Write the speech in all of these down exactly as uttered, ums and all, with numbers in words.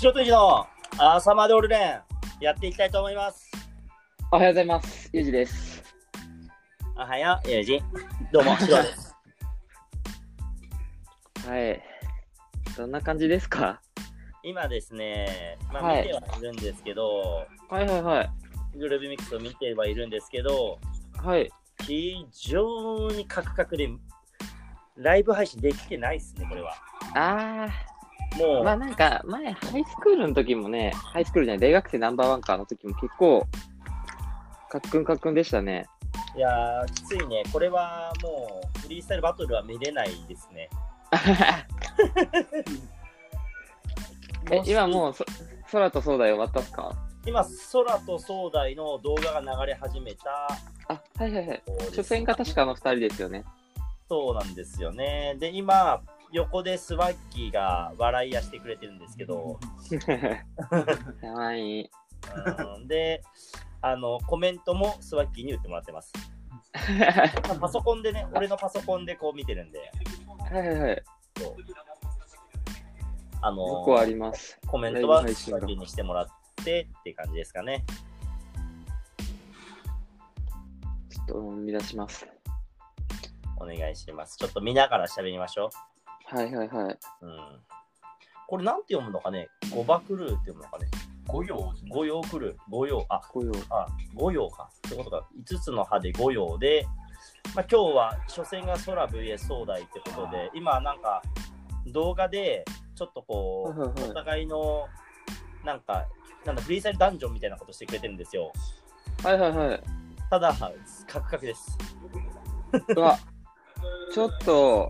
白鳥の朝までオルレンやっていきたいと思います。 おはようございます。ゆうじです。 おはよう、ゆうじ。どうも、白です。 はい。どんな感じですか？ 今ですね、まあ、 はい見てはいるんですけど、 はいはいはい。 グルービーミックスを見てはいるんですけど、 はい。 非常にカクカクで、ライブ配信できてないですね、これは。 あもう、 ー、まあなんか、前、ハイスクールの時もね、ハイスクールじゃない、大学生ナンバーワンカーの時も結構、カックンカックンでしたね。 いやー、きついね。これはもう、フリースタイルバトルは見れないですね。 え、今もうそ、空と壮大終わったっすか？ 今、空と壮大の動画が流れ始めた。 あ、はいはいはい。初戦が確かあのふたりですよね。 そうなんですよね。で、今、横でスワッキーが笑いやしてくれてるんですけど、 かわいい。 うん、で、あの、コメントもスワッキーに打ってもらってます。パソコンでね、俺のパソコンでこう見てるんで、 はいはいはい。 そうあの僕はあります。 コメントはスワッキーにしてもらってって感じですかね。 ちょっと見出します。 お願いします。ちょっと見ながら喋りましょう。はいはいはい。 うん、これなんて読むのかね？ゴバクルーって読むのかね？ 五葉五葉クルー。五葉。あ、 五葉。 あ、五葉か。ってことか。いつつの葉で五葉で、まあ、今日は初戦が空 ブイエス 壮大ってことで、今なんか動画でちょっとこう、 はいはいはい、 お互いのなんか、なんだフリースタイルダンジョンみたいなことしてくれてるんですよ。 はいはいはい。 ただ、カクカクです。 うわ、ちょっと、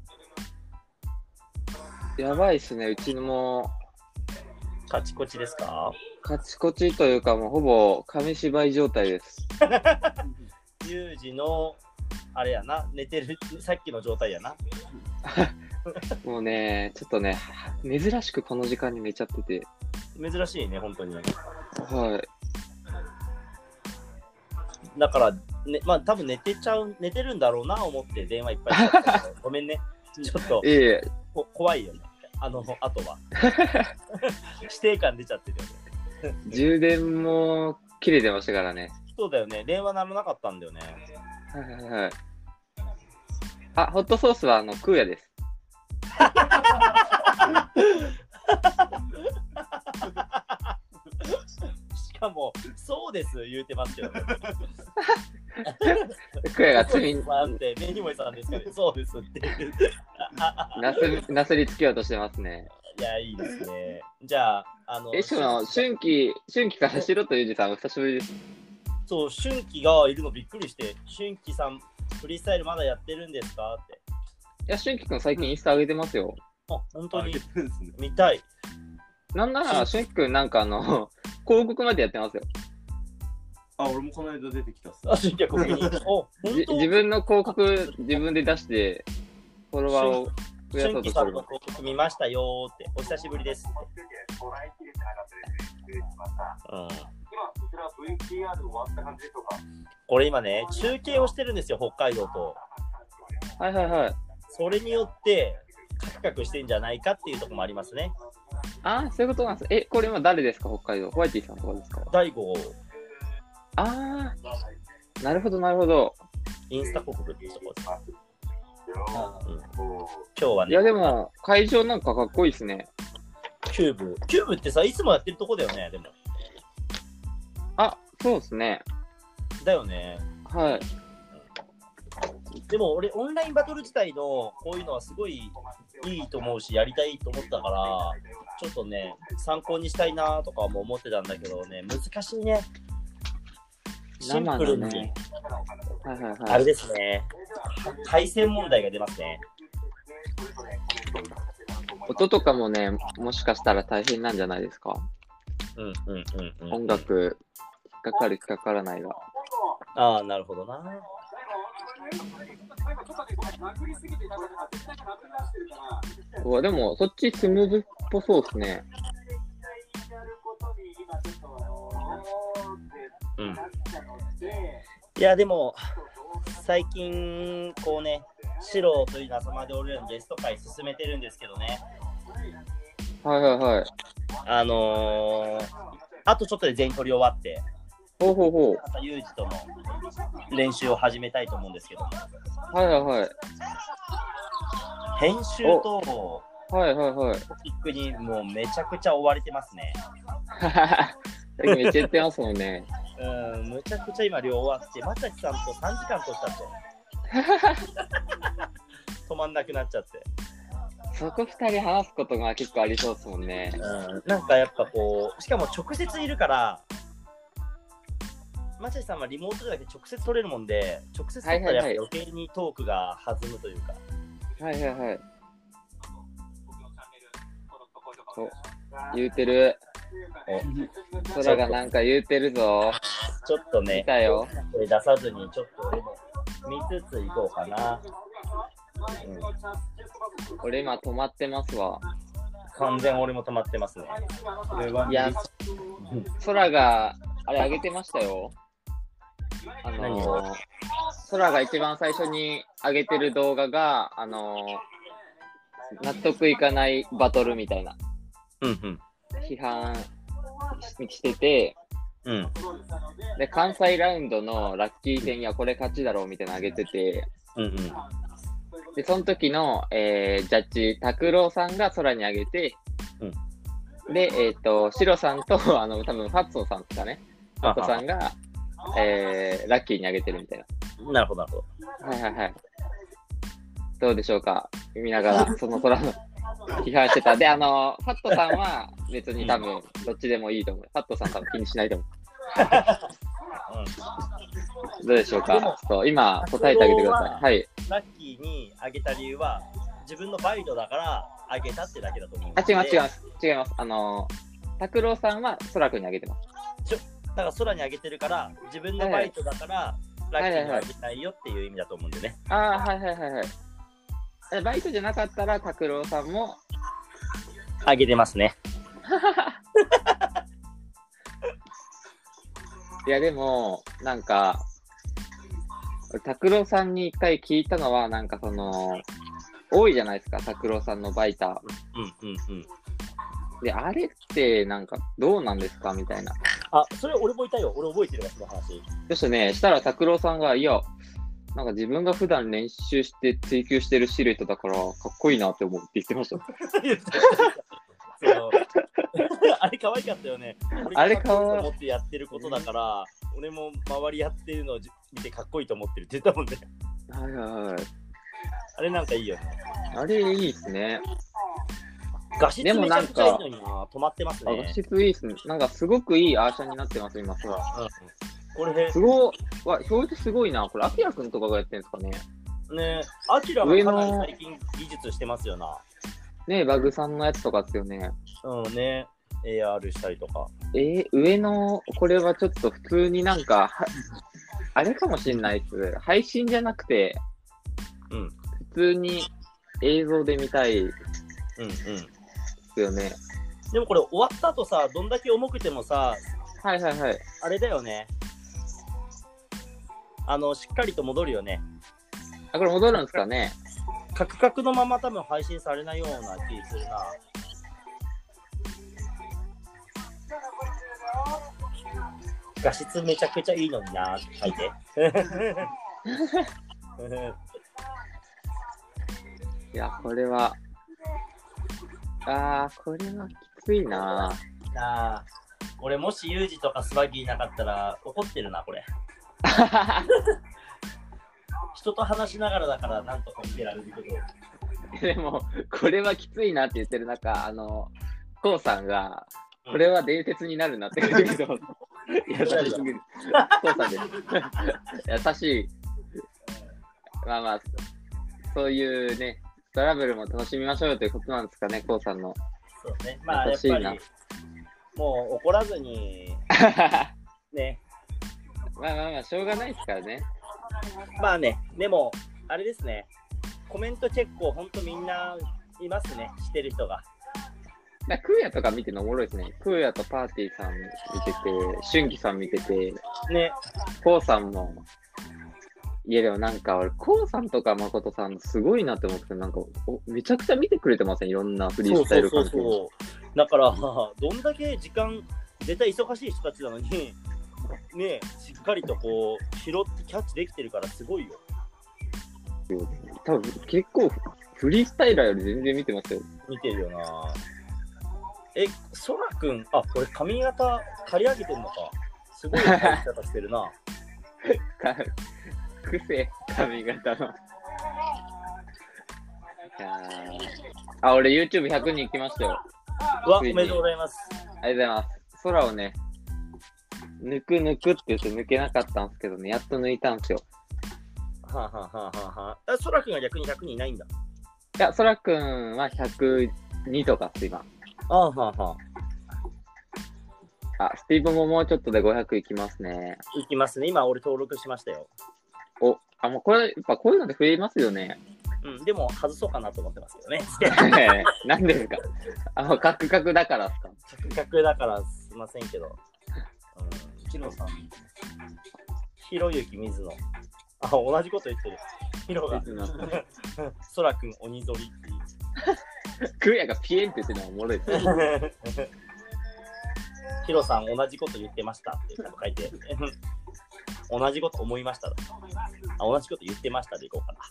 やばいっすね。うちのもカチコチですか？ カチコチというか、もうほぼ紙芝居状態です。 ユージのあれやな、寝てるさっきの状態やな。 もうね、ちょっとね、珍しくこの時間に寝ちゃってて。 珍しいね、本当に。 はい。 だから、ね、まあ多分寝てちゃう、寝てるんだろうな思って電話いっぱいしちゃったけどごめんね。ちょっと、 いえいえ、 こ怖いよね。あの後は。指定感出ちゃってるよね。 充電も切れてましたからね。 そうだよね。電話鳴らなかったんだよね。 はいはいはい。あ、ホットソースはあのクーヤです。 しかも、そうです言うてますけどね。 クーヤが罪にさんってメニモイさんですかね。そうですってなすなすりつけようとしてますね。 いや、いいですね。じゃあ、あの、 え、しかも春季、春季からしろとゆうじさんお久しぶりです。 そう、春季がいるのびっくりして、春季さん、フリースタイルまだやってるんですかって。 いや、春季くん最近インスタ上げてますよ。 あ、本当にですね。 見たい。 なんなら、春季くんなんかあの、広告までやってますよ。 あ、俺もこの間出てきたっす。 あ、春季はここに。お、本当自分の広告自分で出して、フォロワーを増やそ春季うとするさんの広告見ましたよーって、お久しぶりですって。うんこれ今ね、中継をしてるんですよ、北海道と。 はいはいはい。 それによって、カクカクしてんじゃないかっていうところもありますね。 ああ、そういうことなんです。え、これ今誰ですか、北海道。ホワイティさんとかですか？ だいご、 ああ、なるほどなるほど。 インスタ広告っていうところです。うん、今日はね。 いやでも、会場なんかかっこいいですね。 キューブ。キューブってさ、いつもやってるとこだよね、でも。 あ、そうですね。 だよね。 はい。 でも俺、オンラインバトル自体のこういうのはすごいいいと思うし、やりたいと思ったから、ちょっとね、参考にしたいなとかも思ってたんだけどね、難しいね。シンプルに、 ね、はいはいはい、 あれですね、対戦問題が出ますね。 音とかもね、もしかしたら大変なんじゃないですか。 うんうんうん、うん、 音楽、引っかかる、引っかからないが。 ああ、なるほどな。 うわ、でも、そっちスムーズっぽそうですね。 うん。いや、でも、最近、こうね、白というのは朝まで俺らのゲスト会進めてるんですけどね。 はいはいはい。 あのー、あとちょっとで全員取り終わって、 ほうほうほう。 またユージとの練習を始めたいと思うんですけど、 はいはいはい。 編集とはいはいはい。 トピックにもうめちゃくちゃ追われてますね。 さっきめっちゃ言ってますもんね。 うん、むちゃくちゃ今量終わって、まさきさんとさんじかん取ったと。止まんなくなっちゃって。 そこ二人話すことが結構ありそうですもんね。 うん、なんかやっぱこう、しかも直接いるから、まさきさんはリモートでだけ直接取れるもんで、直接取ったらやっぱ余計にトークが弾むというか。 はいはいはい。お、言うてる。 お空がなんか言うてるぞ。 ちょっとね見、たよ。 これ出さずにちょっと俺も見つついこうかな。うん、 俺今止まってますわ。 完全俺も止まってますね。 いや、空があれ上げてましたよ。あのー、空が一番最初に上げてる動画が、あのー、納得いかないバトルみたいなうんうん批判ししてて、 うん。 で、関西ラウンドのラッキー戦、いや、これ勝ちだろうみたいなの上げてて、 うんうんで、その時の、えー、ジャッジ、拓郎さんが空に上げて、 うん、 で、えっ、ー、と、シロさんと、あの、多分ファッツォさんですかね。ファッツォさんが、えー、ラッキーに上げてるみたいな。 なるほどなるほど。 はいはいはい。どうでしょうか、見ながら、その空の批判してた。で、あの、ファットさんは別に多分、どっちでもいいと思う。ファットさん多分気にしないと思う。 うん、 どうでしょうか。ちょっと今、答えてあげてください。はい。 ラッキーに上げた理由は、自分のバイトだから上げたってだけだと思うんあ、 で。 違います違います。違います。あの、拓郎さんは空くんに上げてます。 だから空に上げてるから、自分のバイトだから、ラッキーに上げないよっていう意味だと思うんでね。 ああ、はいはいはいはい。えバイトじゃなかったら、拓郎さんも上げてますね。 いや、でも、なんか、拓郎さんに一回聞いたのは、なんかその、多いじゃないですか、拓郎さんのバイター。 うんうんうん。 で、あれってなんかどうなんですかみたいな。 あ、それ俺もいたよ。俺覚えてるわ、その話。 そしてね、したら拓郎さんが、いや、なんか自分が普段練習して追求してるシルエットだから、かっこいいなって思うって言ってました。 そうあれ可愛かったよね。 あれ可愛い。 俺が思ってやってることだから、俺も周りやってるのを見てかっこいいと思ってるって言ったもんね。 はいはいはい。 あれなんかいいよね。 あれいいっすね。 画質めちゃくちゃいいのにな、止まってますね。 画質いいっすね。なんかすごくいいアーシャになってます、今、空。 うん、これ、 すごい、わ、表示すごいな。これ、アキラくんとかがやってるんですかね。 ねえ、アキラがかなり最近技術してますよな。 ねえ、バグさんのやつとかですよね。 うんね、エーアール したりとか。 えー、上の、これはちょっと普通になんか、はあれかもしれないです。配信じゃなくて、 うん。 普通に映像で見たいでうんうん。 すよね。 でもこれ終わった後さ、どんだけ重くてもさ、 はいはいはい。 あれだよね。あの、しっかりと戻るよね。 あ、これ戻るんですかね。 カクカクのまま多分配信されないような気するな。画質めちゃくちゃいいのになって書いて。 いや、これは、あー、これはきついななあ、俺もしユージとかスワギーなかったら怒ってるな、これ。人と話しながらだからなんとか見てられるけど。 でも、これはきついなって言ってる中、あの、コウさんが、これは伝説になるなって言ってるけど、優しすぎる。コウさんです。優しい。まあまあ、そういうね、トラブルも楽しみましょうよということなんですかね、コウさんの。 そうね。まあ、やっぱり、もう怒らずに、ね。 まあまあまあ、しょうがないですからね。 まあね、でも、あれですね、コメントチェックを本当みんないますね、してる人が。 だクーヤとか見てるのおもろいですね。クーヤとパーティーさん見てて、シュンギさん見てて、 ね。 コウさんもいやでもなんか俺、コウさんとか誠さんすごいなって思ってなんかおめちゃくちゃ見てくれてません、いろんなフリースタイル関係。 そうそうそうそう。だから、どんだけ時間、絶対忙しい人たちなのに、ね、しっかりとこう、拾ってキャッチできてるからすごいよ。 多分結構フリースタイラーより全然見てますよ。 見てるよな。え、そらくん、あ、これ髪型刈り上げてんのか。すごい刈り方してるな。 か癖、髪型の。いやあ、俺 ユーチューブひゃくにん行きましたよ。 うわ、おめでとうございます。 ありがとうございます。空をね、抜く抜くって言って抜けなかったんですけどね、やっと抜いたんですよ。 はあ、はあはあはあはあ、そらくんが逆にひゃくにんいないんだ。 いや、空くんはひゃくにとかっす、今。 ああはあはあ。 あ、スティーブももうちょっとでごひゃくいきますね。 いきますね。今、俺登録しましたよ。 お、あ、もうこれ、やっぱこういうので増えますよね。 うん、でも外そうかなと思ってますけどね。 なんでですかあ、もうカクカクだからっすか逆だからすいませんけど。うん、ヒロさん。ひろゆき水野。あ、同じこと言ってる。ヒロが。そらくん鬼ぞりっていう。 クーヤがピエンって言ってるのはおもろいですね。 ヒロさん同じこと言ってましたって書いて。同じこと思いました。あ、同じこと言ってましたでいこうかな。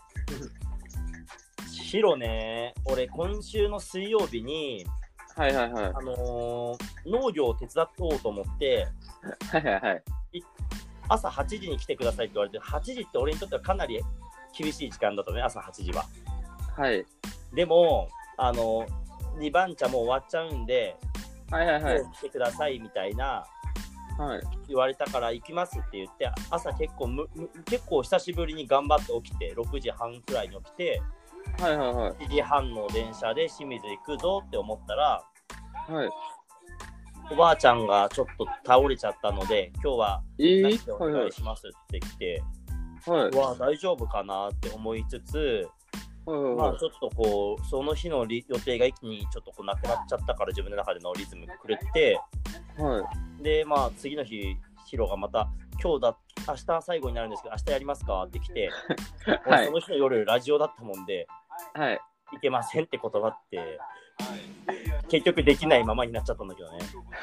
ヒロね、俺今週の水曜日に、 はいはいはい。 あのー、農業を手伝おうと思って、 はいはいはい。 朝はちじに来てくださいって言われて、はちじって俺にとってはかなり厳しい時間だったね、朝はちじは。 はい。 でも、あの、にばん茶もう終わっちゃうんで、 はいはいはい。 来てくださいみたいな、 はい、 言われたから行きますって言って、朝結構む結構久しぶりに頑張って起きて、ろくじはんくらいに起きて、 はいはいはい。 しちじはんの電車で清水行くぞって思ったら、 はい。 おばあちゃんがちょっと倒れちゃったので、今日は何でお願いしますって来て、 はいはい、 うわ大丈夫かなって思いつつ、 はいはいはい、 まあちょっとこうその日の予定が一気にちょっとこうなくなっちゃったから自分の中でのリズムが狂って、 はい、 でまあ次の日ヒロがまた今日だ明日最後になるんですけど明日やりますかって来て、はい、その日の夜ラジオだったもんで、 はい、 いけませんって言葉って結局できないままになっちゃったんだけどね。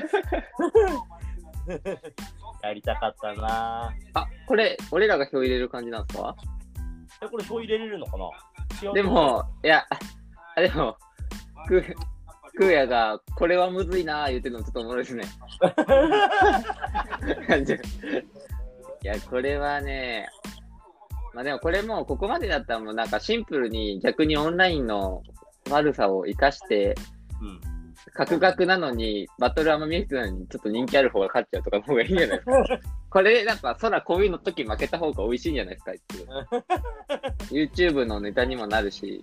やりたかったな。 あ、これ俺らが票入れる感じなんですか？ え、これ票入れれるのかな？ でも、いや、あでも、クーヤがこれはむずいなー言ってるのちょっとおもろいですね。いや、これはね、まあでもこれもここまでだったらもうなんかシンプルに逆にオンラインの悪さを生かして、うん、カクカクなのにバトルあんま見えてないのにちょっと人気ある方が勝っちゃうとかの方がいいんじゃないですか。これなんか空こういうの時負けた方が美味しいんじゃないですかって。YouTube のネタにもなるし。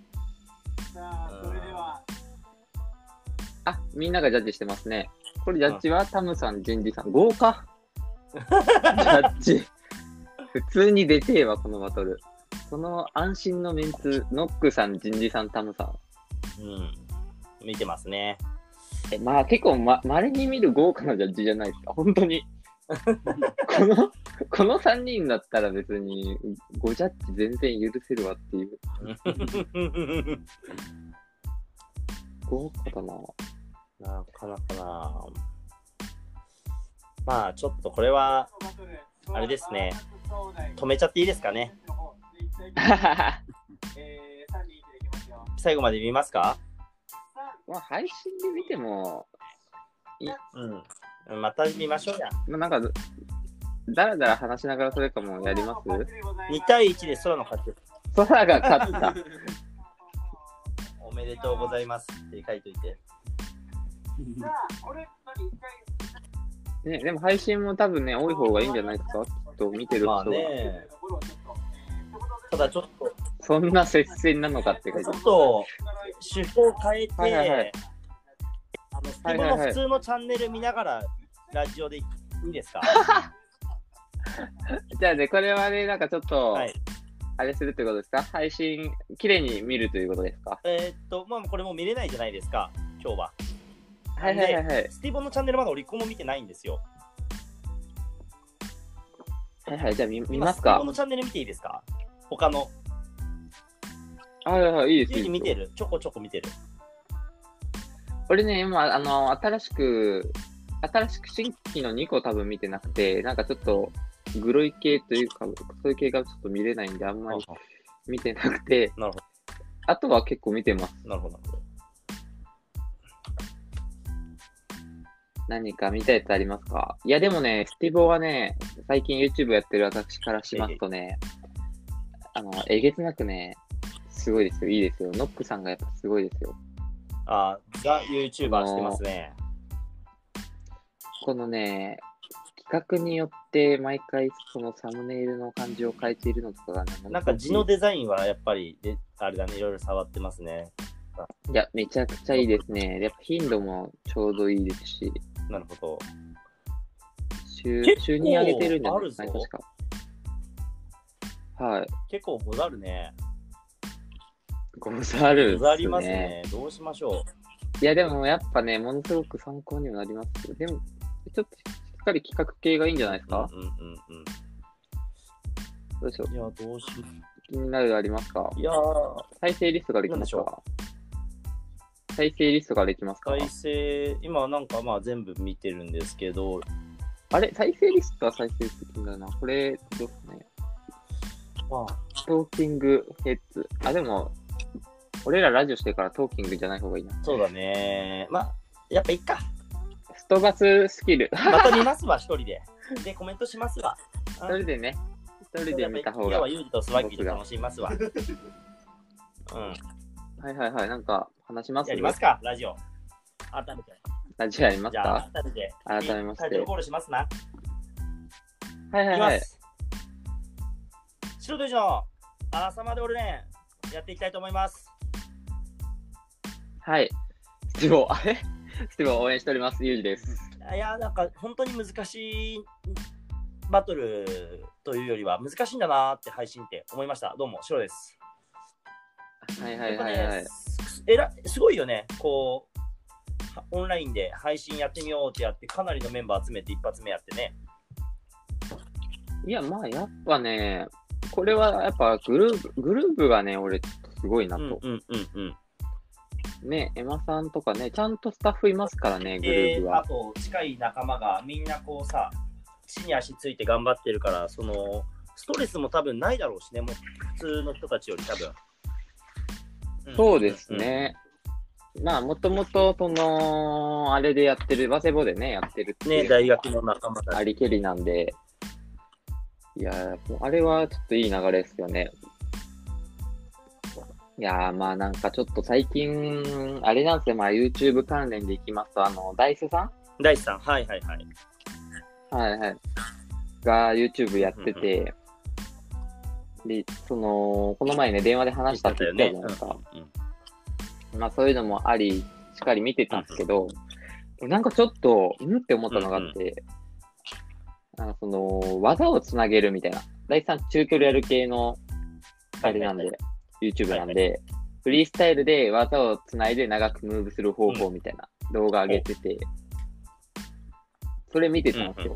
あ、みんながジャッジしてますね。これジャッジはタムさん、ジンジさん。豪華ジャッジ。普通に出てえわ、このバトル。その安心のメンツ、ノックさん、ジンジさん、タムさん。 うん。見てますね。 え、まあ結構ま、稀に見る豪華なジャッジじゃないですか。本当に。この、このさんにんだったら別にごジャッジ全然許せるわっていう。豪華だな。 なかなかな。まあちょっとこれはあれですね。止めちゃっていいですかね。最後まで見ますか？ まあ配信で見てもいい。 うん。また見ましょうや。 まあなんかだらだら話しながらそれかもやります？ に対いちで空の勝ち。 空が勝った。 おめでとうございますって書いといて。 ね、でも配信も多分ね、多い方がいいんじゃないですか？きっと見てる人は。 まあね。ただちょっと。 そんな接戦なのかって書いてある。 ちょっと手法変えて、 はいはいはい、 あのスティボの普通のチャンネル見ながらラジオでいいですか？ じゃあね、これはね、なんかちょっと、 はい、 あれするということですか？配信、綺麗に見るということですか？ えー、っと、まあこれもう見れないじゃないですか、今日は。 はいはいはいはい。 スティボのチャンネルまだ俺一個も見てないんですよ。 はいはい、じゃあ 見, 見ますか。 スティボのチャンネル見ていいですか？ 他の。 はいはいはい、いいですよ。 ユージ見てる？ちょこちょこ見てる。 俺ね、今、あの、新しく、新しく新規のにこ多分見てなくて、なんかちょっと、グロい系というか、そういう系がちょっと見れないんで、あんまり見てなくて、 なるほど。 あとは結構見てます。 なるほど。 何か見たやつありますか？いや、でもね、スティボーはね、最近 YouTube やってる私からしますとね、あの、えげつなくね、すごいですよ、いいですよ。ノックさんがやっぱすごいですよ。 あー、ザ・ YouTuber してますね。 このね、企画によって毎回そのサムネイルの感じを変えているのとかがね、 なんか字のデザインはやっぱりで、あれだね、いろいろ触ってますね。 いや、めちゃくちゃいいですね。やっぱ頻度もちょうどいいですし、 なるほど。 週結構週に上げてるんじゃないですかね、 あるぞ確か。はい。 結構ござるね。 ござるっすね。 ござりますね。どうしましょいや、でもやっぱね、ものすごく参考にはなりますよ。でも、ちょっとしっかり企画系がいいんじゃないですう。 か？ うんうんうんどうでしょう。 うん。いや、どうしよ気になるのありますか？ う。いやー、 再生リストができますなんでか？再生リストができますか？ 再生、今なんかまあ全部見てるんですけど、 あれ再生リストは再生できるんだな。これ、どうですね。 まあ、 トーキングヘッズ。あ、でも、俺らラジオしてるからトーキングじゃない方がいいな。 そうだね。まあ、やっぱいっか。 ストバススキル。 また見ますわ、一人で。で、コメントしますわ。 一人でね。一人で見た方が。 今日はユージとスワッキーで楽しみますわ。うん。 はいはいはい。なんか話します？ やりますか、ラジオ。改めて。 ラジオやりますじゃか？ あ、改めて。 改めましてタイトルコールしますな。 はいはいはい。 いきます。白と以上、朝まで俺ね、やっていきたいと思います。 はい。スティボー、あれスティボー応援しております。ユージです。 いや、なんか本当に難しいバトルというよりは難しいんだなーって配信って思いました。どうも、白です。 はいはいやっぱはいはいね、。すえらすごいよね。こう、はオンラインで配信やってみようってやって、かなりのメンバー集めて一発目やってね。 いや、まあやっぱね、これはやっぱグループ、グループがね、俺ちょっとすごいなと。 うんうんうんうん。 ね、エマさんとかね、ちゃんとスタッフいますからね、グループで、あは。 と、近い仲間がみんなこうさ、地に足ついて頑張ってるから、その、ストレスも多分ないだろうしね、もう普通の人たちより多分。 そうですね。まあ、もともと、その、あれでやってる、バセボでね、やってるっていうね、大学の仲間たち。 ありけりなんで、いやー、もうあれはちょっといい流れですよね。いやー、まあなんかちょっと最近、あれなんですよ、まあ YouTube 関連でいきますと、あの、ダイスさん大地さん、はいはいはい。 はいはい。が YouTube やってて、で、その、この前ね、電話で話したって言ったじゃないですか。まあそういうのもあり、しっかり見てたんですけど、なんかちょっと、うんって思ったのがあって、なんかその、技をつなげるみたいな。第三中距離やる系の、あれなんで、YouTube なんで、フリースタイルで技をつないで長くムーブする方法みたいな動画上げてて、それ見てたんですよ。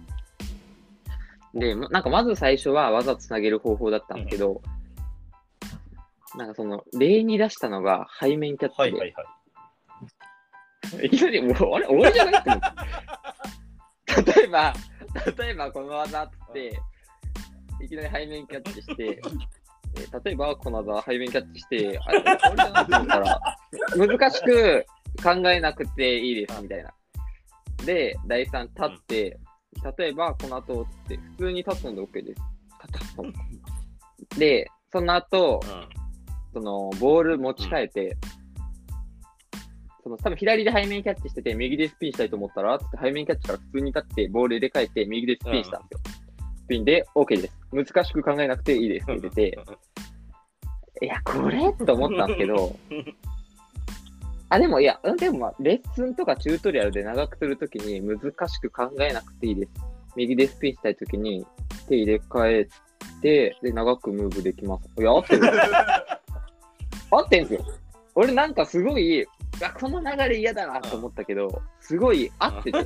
で、なんかまず最初は技をつなげる方法だったんですけど、なんかその、例に出したのが背面キャッチで、 はいはいはい。 いきなり、もうあれ俺じゃないって思った。例えば、例えばこの技って、いきなり背面キャッチして、えー例えばこの技背面キャッチして、あれ俺じゃないって思ったら、難しく考えなくていいですみたいな。で、だいさん立って、例えばこの後って、普通に立つので OK です。立つの。で、その後、そのボール持ち替えて、その多分左で背面キャッチしてて、右でスピンしたいと思ったら、つって背面キャッチから普通に立って、ボール入れ替えて、右でスピンしたんですよ。スピンで OK です。難しく考えなくていいですって言ってて、いや、これと思ったんですけど、あ、でもいや、でもまあ、レッスンとかチュートリアルで長くするときに難しく考えなくていいです。右でスピンしたいときに手入れ替えて、で、長くムーブできます。いや、合ってる。合ってんすよ。俺なんかすごい、あ、この流れ嫌だなと思ったけど、すごい合ってて。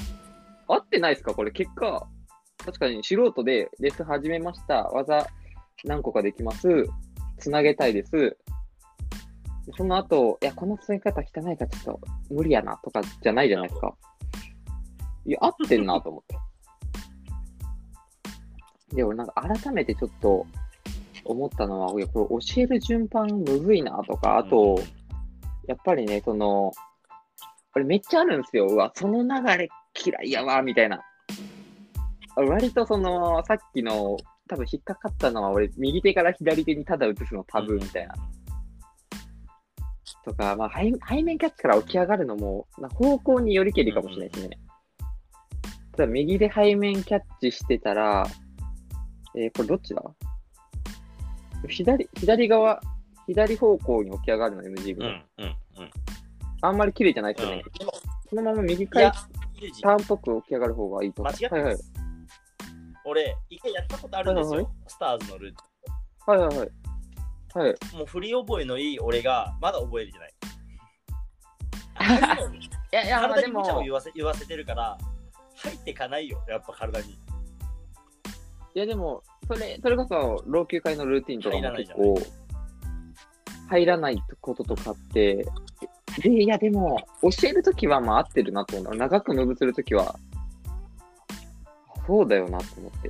合ってないですかこれ結果、確かに素人でレッスン始めました。技何個かできます。つなげたいです。その後、いや、このつなぎ方汚いからちょっと無理やなとかじゃないじゃないですか。いや、合ってんなと思って。で、俺なんか改めてちょっと思ったのは、いや、これ教える順番むずいなとか、あと、やっぱりね、その、これめっちゃあるんですよ。うわ、その流れ嫌いやわ、みたいな。割とその、さっきの、多分引っかかったのは、俺、右手から左手にただ移すのタブーみたいな。とか、まあ背、背面キャッチから起き上がるのも、方向によりけりかもしれないですね。ただ、右で背面キャッチしてたら、えー、これどっちだ左、左側、左方向に起き上がるの エムジー 部、 うんうんうん。 あんまり綺麗じゃないですよね。 うん、 そのまま右回ターンっぽく起き上がる方がいいと思う。 間違ってます。 はいはい、 俺、一回やったことあるんですよ。はいはい、スターズのルーティン。はいはいはい。はい、 もう振り覚えのいい俺がまだ覚えれてない。 いやいや、 体に無茶を言わせ、言わせてるから入ってかないよ、やっぱ体に。 いやでも、それ、それこそ老朽会のルーティンとかも結構入らないこととかって、で、いやでも、教えるときはまあ合ってるなと思う。長くムーブするときは、そうだよなと思って。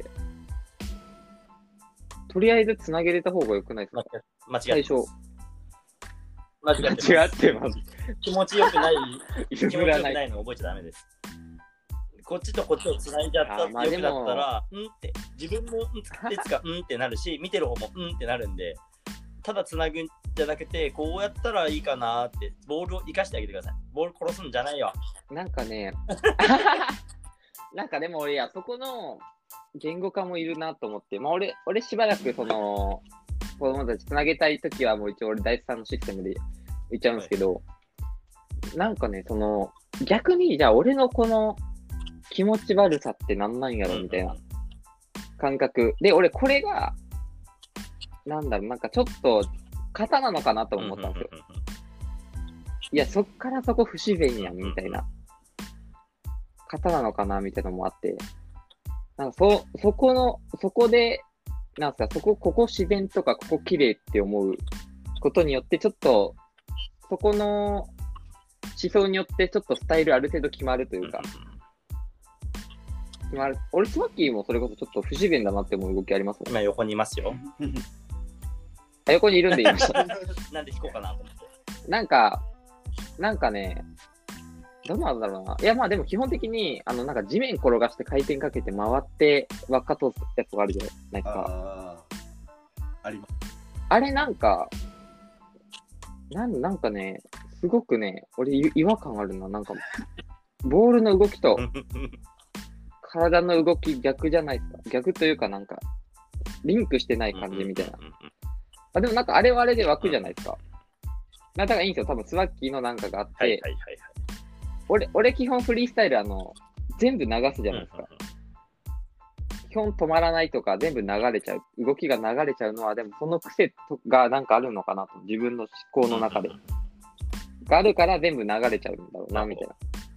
とりあえずつなげれた方が良くないですか？ 間違ってます。 間違ってます。間違ってます。 気持ちよくない、気持ちよくないの覚えちゃダメです。こっちとこっちをつないじゃったってよくなったら、うんって、自分もうんってつかうんってなるし、見てる方もうんってなるんで、ただつなぐんじゃなくて、こうやったらいいかなって、ボールを生かしてあげてください。ボール殺すんじゃないよ。 なんかね、なんかでも俺、あそこの言語化もいるなと思って、まあ俺、俺しばらくその、子供たちつなげたいときはもう一応俺第三のシステムで言っちゃうんですけど、はい、なんかね、その、逆にじゃあ俺のこの気持ち悪さってなんなんやろみたいな感覚。で、俺これが、なんだろう、なんかちょっと型なのかなと思ったんですよ。いや、そっからそこ不自然やんみたいな。型なのかなみたいなのもあって。なんかそ、そこの、そこで、なんすか、そこ、ここ自然とかここ綺麗って思うことによって、ちょっと、そこの思想によってちょっとスタイルある程度決まるというか、決まる。俺、スマッキーもそれこそちょっと不自然だなって思う動きありますもん。 今横にいますよ。 あ、横にいるんで言いました。 なんで引こうかなと思って。 なんか、なんかね、どうなんだろうな。いや、まあでも基本的に、あの、なんか地面転がして回転かけて回って輪っか通すやつがあるじゃないですか。 ああります。 あれなんか、なん、なんかね、すごくね、俺違和感あるな。なんか、ボールの動きと体の動き逆じゃないですか。逆というかなんか、リンクしてない感じみたいな。あ、でもなんかあれはあれで枠じゃないですか。だからいいんですよ。多分スワッキーのなんかがあって、はいはいはいはい、俺、俺基本フリースタイルあの、全部流すじゃないですか。基本止まらないとか全部流れちゃう。動きが流れちゃうのは、でもその癖がなんかあるのかなと。自分の思考の中で。があるから全部流れちゃうんだろうな、みたいな。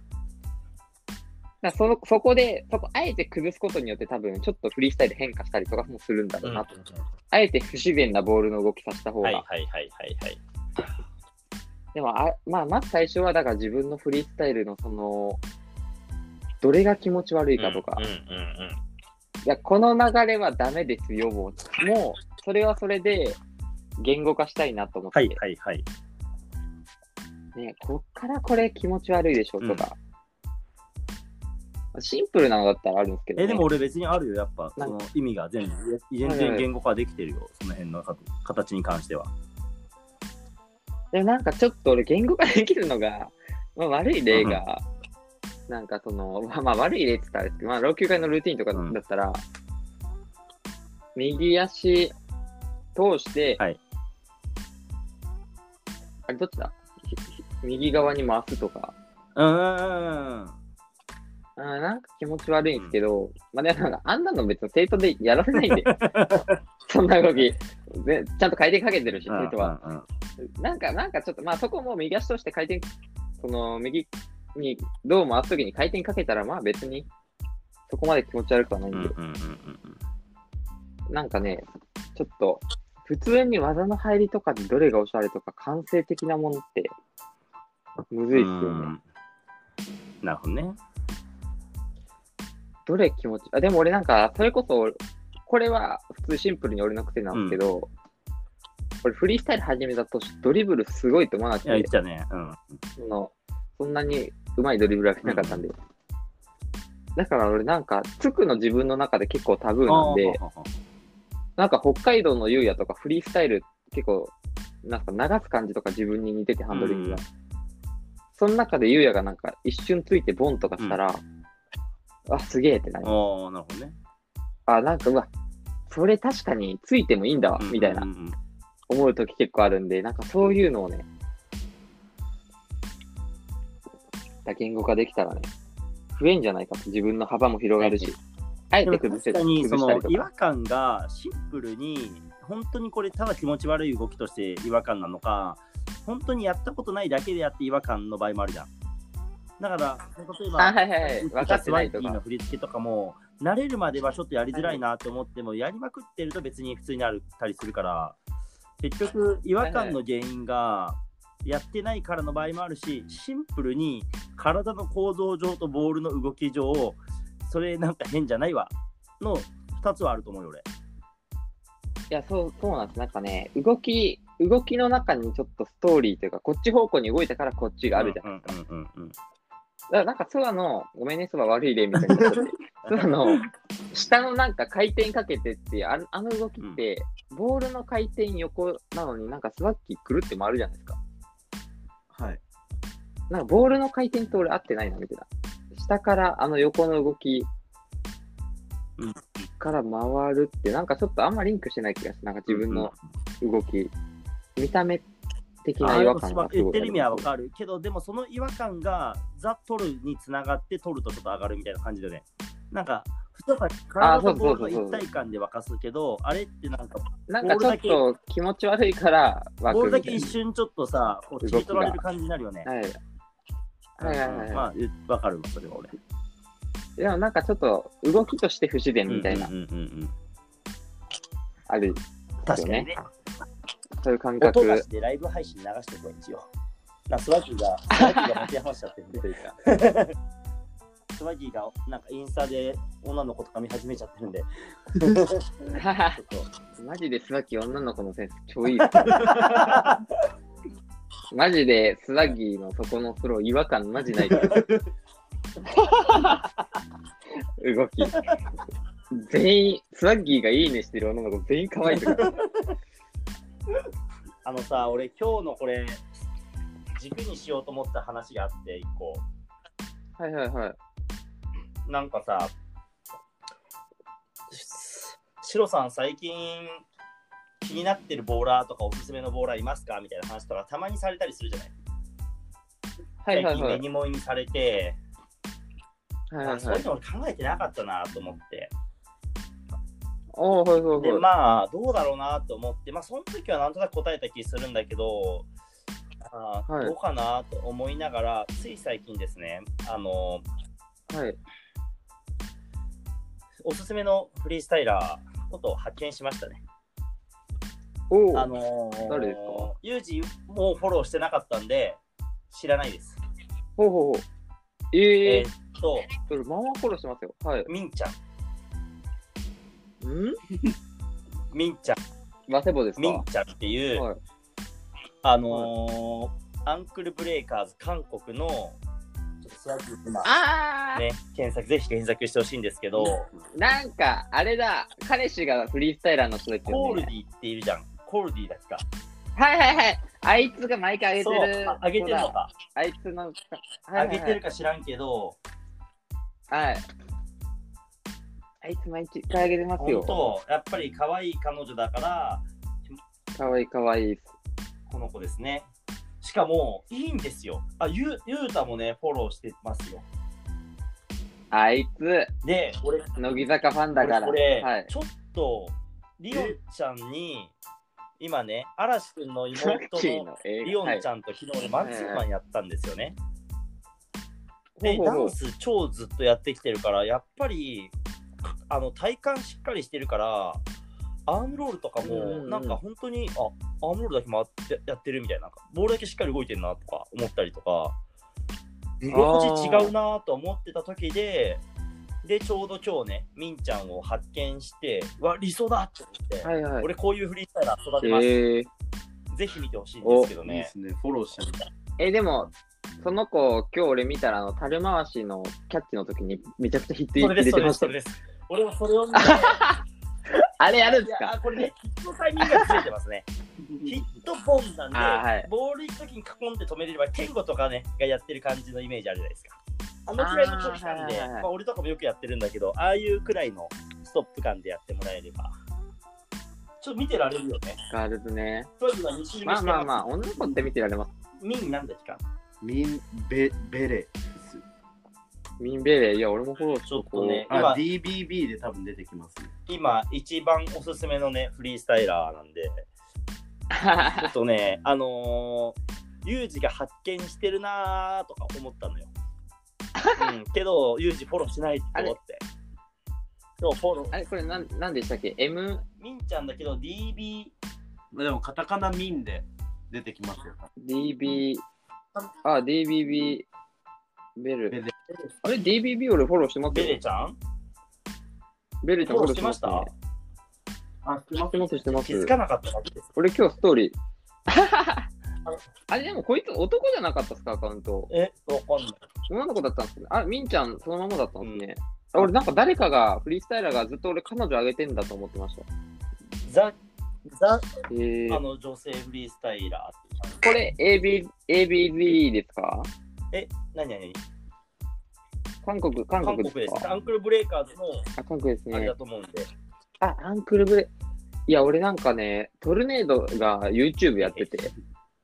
だその、そこで、そこ、あえて崩すことによって多分ちょっとフリースタイル変化したりとかもするんだろうなと。うんうんうん、あえて不自然なボールの動きさせた方が。はいはいはいはいはい。でもあ、まあ、まず最初は、だから自分のフリースタイルのその、どれが気持ち悪いかとか、うんうんうんうん、いや、この流れはダメですよ、もう、もう、それはそれで言語化したいなと思って。はいはいはい。ね、こっからこれ気持ち悪いでしょ、とか、うん。シンプルなのだったらあるんですけど、ね。 え、でも俺別にあるよ、やっぱ、その意味が全部、全然言語化できてるよ、その辺の形に関しては。 でもなんかちょっと俺言語化できるのが、まあ、悪い例が、うん、なんかその、まあ、まあ悪い例って言ったらあれですけど、まあ老朽化のルーティンとかだったら、うん、右足通して、はい、あれどっちだ右側に回すとか。うん。あなんか気持ち悪いんですけど、うん、まあでもなんかあんなの別に生徒でやらせないんで、そんな動き、ね。ちゃんと回転かけてるし、生徒は。うんうんうんなんか、なんかちょっと、まあそこも右足として回転、その右にどう回すときに回転かけたら、まあ別にそこまで気持ち悪くはないんで。うんうんうんうん、 なんかね、ちょっと、普通に技の入りとかでどれがおしゃれとか、感性的なものって、むずいっすよね。 なるほどね。 どれ気持ち、あ、でも俺なんか、それこそ、これは普通シンプルに俺の癖なんですけど、うん、俺フリースタイル始めた年、ドリブルすごいと思わなくて、 いや言ったね、うん、 そのそんなに上手いドリブルはなかったんで、うん、だから俺なんか、つくの自分の中で結構タブーなんで、なんか北海道の優也とかフリースタイル結構、なんか流す感じとか自分に似ててハンドリングが。うん、その中で優也がなんか一瞬ついてボンとかしたら、うん、あ、すげえってなります。 ああ、なるほどね。 あ、なんかうわ、それ確かについてもいいんだわ、みたいな、思うとき結構あるんで、なんかそういうのをね、言語化できたらね、増えんじゃないかと、自分の幅も広がるし、あえて崩せたりとか。 その違和感がシンプルに、本当にこれただ気持ち悪い動きとして違和感なのか、本当にやったことないだけでやって違和感の場合もあるじゃん。だから、例えば、 はいはいはい、分かってないとか。 スワイティの振り付けとかも、慣れるまではちょっとやりづらいなと思っても、はい、やりまくってると別に普通になったりするから、結局、違和感の原因がやってないからの場合もあるし、シンプルに体の構造上とボールの動き上、それなんか変じゃないわのふたつはあると思うよ、俺。 いや、そう、そうなんです。なんかね、動き、動きの中にちょっとストーリーというか、こっち方向に動いたからこっちがあるじゃないですか。うんうんうんうん、だからなんかソアの、ごめんね、ソア悪い例みたいになっちゃって、ソアの下のなんか回転かけてっていうあの、あの動きって、うん、ボールの回転横なのになんかスワッキーくるって回るじゃないですか。 はい。 なんかボールの回転と俺合ってないな、みたいな。下からあの横の動きから回るって、なんかちょっとあんまリンクしてない気がする。なんか自分の動き、うん、見た目的な違和感がすごい。 言ってる意味はわかるけど、でもその違和感がザ・トルにつながってトルとちょっと上がるみたいな感じでね。なんか、ふとか体とボールの一体感で沸かすけど、あれってなんか、 なんかちょっと気持ち悪いから沸くみたいな。ボールだけ一瞬ちょっとさ、こう切り取られる感じになるよね。 はい。はいはいはい。 まあ、わかるわ、それは俺。 でもなんかちょっと動きとして不自然みたいな、 うんうんうんうん、 あるよね。 確かにね。 そういう感覚。 音出してライブ配信流してこい、一応。なスワギーが、スワギーが持て余しちゃってるんで。スワギーがなんかインスタで女の子とか見始めちゃってるんで。 マジでスワギー女の子のセンス超いい。マジでスワギーのそこのスロー違和感マジない。動き全員スワッギーがいいねしてる女の子全員可愛いとかあのさ、俺今日のこれ軸にしようと思った話があって一個。 はいはいはい。 なんかさ、シロさん最近気になってるボーラーとかおすすめのボーラーいますかみたいな話とかたまにされたりするじゃない。 はいはいはい。 最近目にもいにされて、 はいはいはい、 そういうの俺考えてなかったなと思って。 おー、はいはいはい。 で、まあ、どうだろうなと思って、まあ、その時はなんとなく答えた気するんだけど、あ、はい、どうかなと思いながら、つい最近ですね、あの、 はい、 おすすめのフリースタイラーことを発見しましたね。 おー、 あのー、 誰ですか？ ユージもフォローしてなかったんで、知らないです。 ほうほうほう。えー、 えーそうそれまあまあフォローしてますよ。はい。 みんちゃん。 んみんちゃん。 マセボですか？ みんちゃんっていう、はい、あのーはい、アンクルブレイカーズ韓国のちょっとスワッグ今ね検索ぜひ検索してほしいんですけど、 なんかあれだ、彼氏がフリースタイラーの人ですよね。 コールディっているじゃん。コールディですか？ はいはいはい。あいつが毎回上げてる。 上げてるのか。 あいつの、はいはいはい、上げてるか知らんけど。 はい。あいつ毎回上げてますよ。 本当、やっぱり可愛い彼女だから。 可愛い可愛い。 この子ですね。しかもいいんですよ。あ、ゆゆうたもねフォローしてますよ。 あいつ。 で、俺乃木坂ファンだから。 これ、 はい、 ちょっとリオンちゃんに今ね、嵐くんの妹のリオンちゃんと昨日俺マンツーマンやったんですよね。で、ダンス超ずっとやってきてるから、やっぱりあの体幹しっかりしてるから、 アームロールとかも、 うんうんなんか本当に、あ、アームロールだけ回ってやってるみたいな、なんかボールだけしっかり動いてるなとか思ったりとか、居心地違うなと思ってた時で、で、ちょうど今日ね、みんちゃんを発見して、うわ、理想だって思って、 はいはい。 俺こういうフリースタイラー育てます。 えー、 ぜひ見てほしいんですけどいいね。 ですね、フォローしちゃった。 え、でも、その子、今日俺見たら、あの、樽回しのキャッチの時にめちゃくちゃヒット入れてました。 それです、それです。俺もそれを見て、 あれやるんですいやか？ これね、ヒットのタイミングがずれてますね。ヒットボンなんで、 はい、 ボール行くときにカコンって止めれれば、ケンゴとかね、がやってる感じのイメージあるじゃないですか。あのくらいの距離感で、まあ、俺とかもよくやってるんだけど、ああいうくらいのストップ感でやってもらえれば、ちょっと見てられるよね。 ガールズね。 まあまあまあ、女の子って見てられます。 ミンなんだっけかミンベベレです。 ミンベレ、いや、俺もフォローしちょっとね、 今 ディービービー で多分出てきますね。 今、一番おすすめのね、フリースタイラーなんで、ちょっとね、あのー、ユージが発見してるなーとか思ったのよ。うん、けど、ユージフォローしないって思って。そう、フォロー。 あれ、これなん、なんでしたっけ ?M? ミンちゃんだけど、ディービー。 でも、カタカナミンで出てきますよ。 ディービー、あ、ディービービー、ベル。 ベレあれ、ディービービー 俺フォローしてますよ。 ベレちゃんベレちゃんフォローしてました、ね、 あ、してます、してます、してます。 気づかなかったわけです。 俺今日ストーリー。あれ、でもこいつ男じゃなかったっすか、アカウント。 え、わかんない。 女の子だったんですね。あ、みんちゃんそのままだったんですね。うん、俺なんか誰かが、フリースタイラーがずっと俺彼女あげてんだと思ってました。 ザ、ザ、 えー、 あの女性フリースタイラー。 これ エービー、エービービー ですか？ え、なになに韓国、韓国ですか？ 韓国です。アンクルブレイカーズの、 あ、韓国ですね。 あれだと思うんで。 あ、アンクルブレ、いや、俺なんかね、トルネードが YouTube やってて、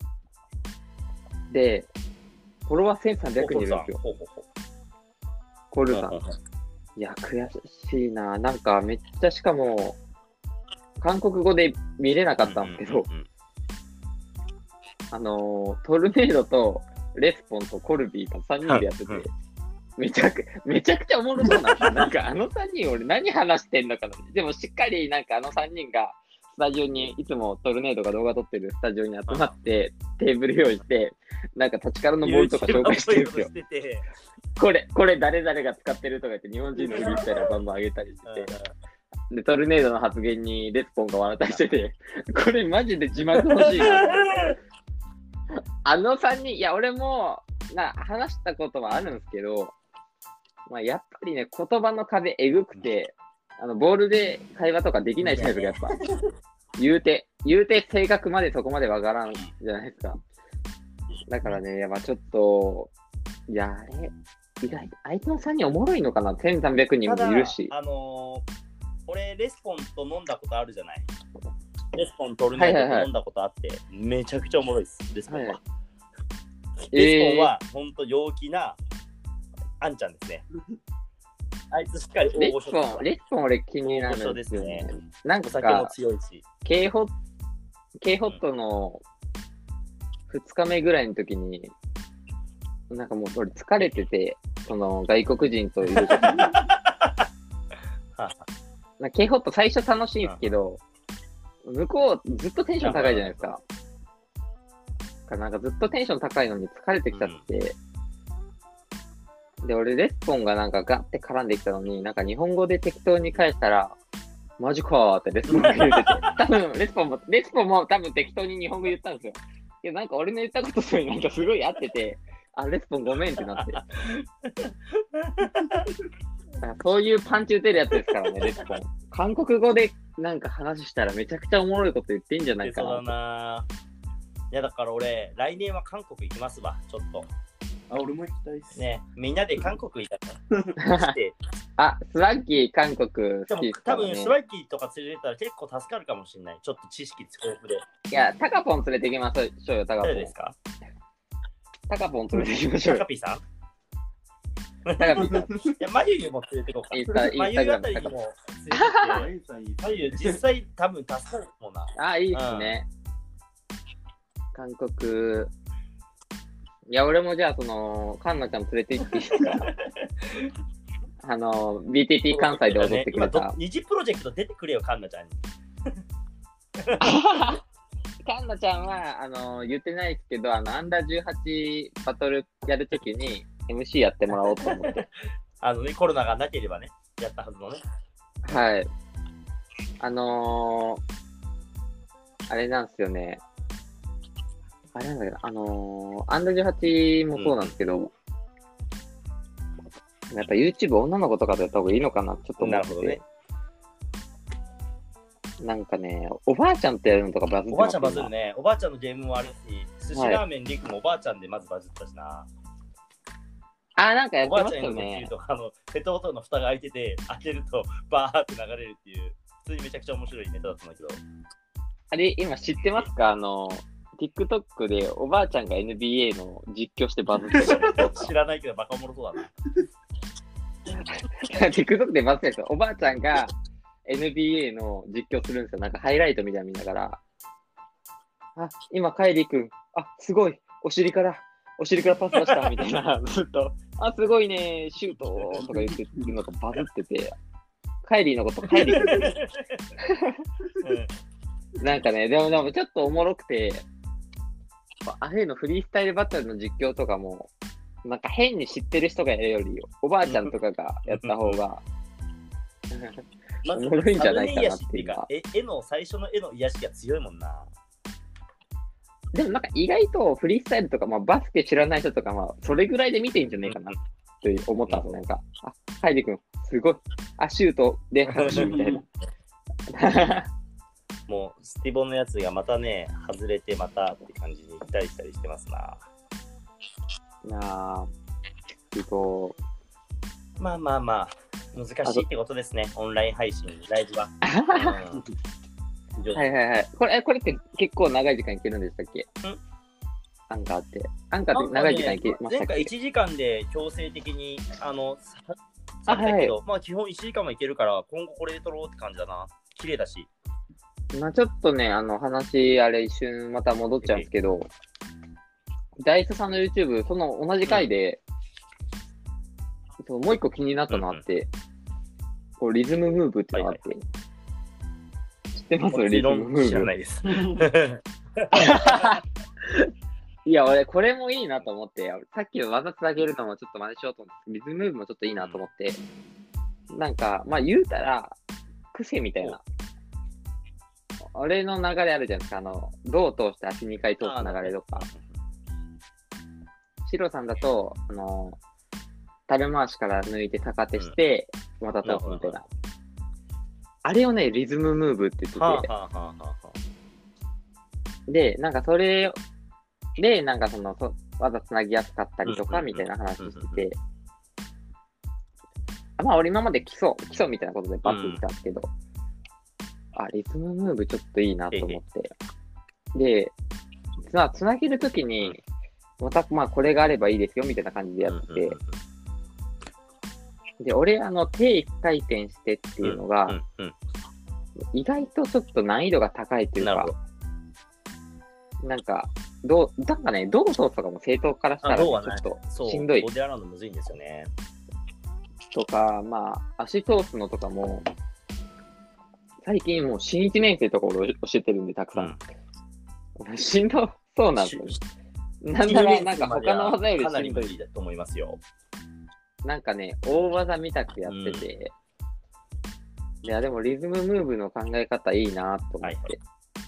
で、フォロワーせんさんびゃくにんいるんですよ。 ほうほうほうコルさん。いや、悔しいな。なんかめっちゃしかも、韓国語で見れなかったんですけど、うんうんうん、あのー、トルネードとレスポンとコルビーがさんにんでやってて、うんうん、めちゃくめちゃくちゃおもろそうなんですよ。なんかあのさんにん俺何話してんのかな。でもしっかりなんかあのさんにんがスタジオに、いつもトルネードが動画撮ってるスタジオに集まってテーブル用意して、なんか立ちからのボールとか紹介してるんですよ。これ、これ誰々が使ってるとか言って日本人のフリースタイルをバンバン上げたりしてて、で、トルネードの発言にレスポンが笑ったりしてて、これマジで字幕欲しいな。あのさんにん、いや俺もな話したことはあるんですけど、まあ、やっぱりね、言葉の壁えぐくて、あの、ボールで会話とかできないじゃないですか、やっぱ。言うて、言うて性格までそこまでわからんじゃないですか。だからね、まあちょっと、いや、あれ、意外と相手のさんにんおもろいのかな ?せんさんびゃくにんもいるし。 あのー、俺、レスポンと飲んだことあるじゃない。レスポントルネードと飲んだことあって、はいはいはい、めちゃくちゃおもろいです、レスポンは。はい、レスポンは、ほんと陽気な、あんちゃんですね。あいつしっかり大御所です。レスポン俺気になるんですよね。なんか、 お酒も強いし。 K-ホットのふつかめぐらいの時に、なんかもう俺疲れてて、その外国人といる時に。K-ホット最初楽しいんですけど、向こうずっとテンション高いじゃないですか。なんかずっとテンション高いのに疲れてきちゃって、うん、で、俺レスポンがなんかガッて絡んできたのに、なんか日本語で適当に返したら、マジかーってレスポンが言ってて、多分レスポンも、レスポンも多分適当に日本語言ったんですよ。いや、なんか俺の言ったこととなんかすごい合ってて、あ、レスポンごめんってなって。そういうパンチ打てるやつですからね、レスポン。韓国語でなんか話したらめちゃくちゃおもろいこと言ってんじゃないかな。 そうだな。いやだから俺、来年は韓国行きますわ、ちょっと。 あ、俺も行きたいっす。 ね、みんなで韓国行ったら。 あ、スワッキー韓国好きですからね。 多分スワッキーとか連れてたら結構助かるかもしれない。ちょっと知識つくで。 いや、タカポン連れて行きましょうよ、タカポン。 誰ですか？ タカポン連れて行きましょうよ。 タカピーさん？ タカピーさん。いや、マユユも連れて行こうか。 インスタ、インマスタグラムユユあたりにも連れて行って。マユユ実際多分助かるもんな。 あ、いいっすね。韓国。いや、俺もじゃあ、その、カンナちゃん連れて行っていいですか？あの、ビーティーティー 関西で踊ってくれた。 二次プロジェクト出てくれよ、カンナちゃんに。 カンナちゃんは、あの、言ってないですけど、あの、アンダーじゅうはちバトルやるときに エムシー やってもらおうと思って。 あのね、コロナがなければね、やったはずのね。 はい。あのー、あれなんですよね。あれなんだけど、あのー、アンダーじゅうはちもそうなんですけど、うん、やっぱ YouTube 女の子とかでやった方がいいのかなちょっと思って。なるほどね。なんかね、おばあちゃんってやるのとかバズってますね。 おばあちゃんバズるね。おばあちゃんのゲームもあるし、寿司ラーメンリクもおばあちゃんでまずバズったしな。はい、 あ、なんかやってましたよね。 おばあちゃんのっていうと、あの、ペットボトルの蓋が開いてて、開けるとバーって流れるっていう、普通にめちゃくちゃ面白いネタだったんだけど。 あれ、今知ってますか？あの、TikTok でおばあちゃんが エヌビーエー の実況してバズってる。 知らないけどバカおもろそうだな。 TikTok でバズってるんですよ。おばあちゃんがエヌビーエー の実況するんですよ。なんかハイライトみたいな見ながら。あ、今、カイリー君、あ、すごい、お尻から、お尻からパス出したみたいな、ずっと、あ、すごいね、シュートとか言ってるのがバズってて、カイリーのことカイリー君。なんかね、でもでもちょっとおもろくて、あれのフリースタイルバトルの実況とかも、なんか変に知ってる人がやるより、おばあちゃんとかがやった方が、 まず、 おもろいんじゃないかなっていうか。 絵絵の最初の絵の癒しが強いもんな。 でもなんか意外とフリースタイルとか、まあ、バスケ知らない人とか、まあ、それぐらいで見ていいんじゃないかなって思ったんですよ。なんか、あ、カイリ君、すごい、あ、シュートで拍手みたいな。 もう、スティボンのやつがまたね、外れてまたって感じに行ったりしたりしてますな。 なあ、すごい。 まあまあまあ、難しいってことですね、オンライン配信、ライブは。 うん、はいはいはい。これ、これって結構長い時間いけるんでしたっけ？んアンカーって。アンカーって長い時間いけましたっけ？ 前回いちじかんで強制的に、あの、さったけど、はい、まあ基本いちじかんはいけるから、今後これで撮ろうって感じだな。綺麗だし。 まあちょっとね、あの話、あれ一瞬また戻っちゃうんですけど、ダイスさんの YouTube、その同じ回で、うん、そうもう一個気になったのあって、うんうん、こうリズムムーブってのがあって、はいはい、知ってます？リズムムーブ。 知らないです。 いや、俺、これもいいなと思って、さっきの技つなげるのもちょっと真似しようと思って、リズムムーブもちょっといいなと思って、なんか、まあ言うたら、癖みたいな。俺の流れあるじゃないですか、あの、胴を通して足にかい通す流れとか。シロさんだと、あの、樽回しから抜いて逆手して、うん、また通すみたいな。あれをね、リズムムーブって言ってて。はあはあはあはあ、で、なんかそれで、なんかその、そ技つなぎやすかったりとか、みたいな話してて。まあ、俺今まで基礎、基礎みたいなことでバッて言ったんですけど、うん、あ、リズムムーブちょっといいなと思って。で、まあ、つなげるときに、また、まあ、これがあればいいですよ、みたいな感じでやってて。で、俺、あの、手一回転してっていうのが、うんうんうん、意外とちょっと難易度が高いというか、なんか、どう、なんかね、胴を通すとかも生徒からしたら、ちょっとしんどい。 ボディアラウンドむずいんですよね。 とか、まあ、足通すのとかも、最近もう新いちねん生とか俺教えてるんで、たくさん。うん、しんどそうなんですよね。なんなら、なんか他の技よりしんどい。 かなり無理だと思いますよ。 なんかね、大技みたくやってて、うん、いや、でもリズムムーブの考え方いいなと思って。はいはい、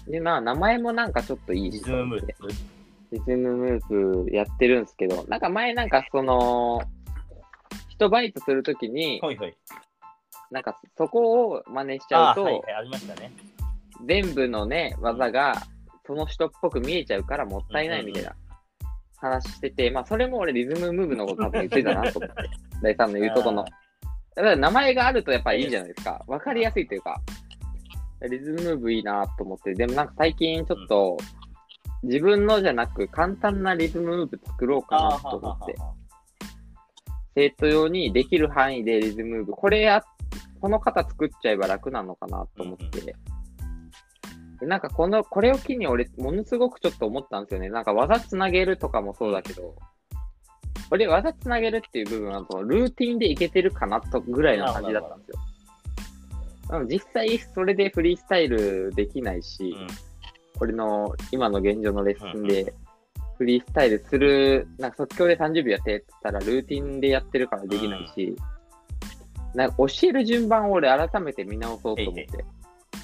で、まあ、名前もなんかちょっといいし。 リズムムーブ。 リズムムーブやってるんですけど、なんか前なんかその、一バイトするときに、 はいはい、 なんかそこを真似しちゃうと、 はいはい、ありましたね。 全部のね、技がその人っぽく見えちゃうからもったいないみたいな話してて、まあそれも俺リズムムーブのこと多分言ってたなと思って、大さんの言うことの。だから名前があるとやっぱりいいじゃないですか。わかりやすいというか、リズムムーブいいなと思って、でもなんか最近ちょっと、自分のじゃなく簡単なリズムムーブ作ろうかなと思って。生徒用にできる範囲でリズムムーブ、これや、この型作っちゃえば楽なのかなと思って。でなんかこの、これを機に俺、ものすごくちょっと思ったんですよね。なんか技つなげるとかもそうだけど、俺技つなげるっていう部分は、ルーティンでいけてるかなとぐらいの感じだったんですよ。 うん実際それでフリースタイルできないし、 うん、 俺の今の現状のレッスンうんうんでフリースタイルする、なんか即興でさんじゅうびょうやってって言ったらルーティンでやってるからできないし、なんか教える順番を俺改めて見直そうと思って。 ええ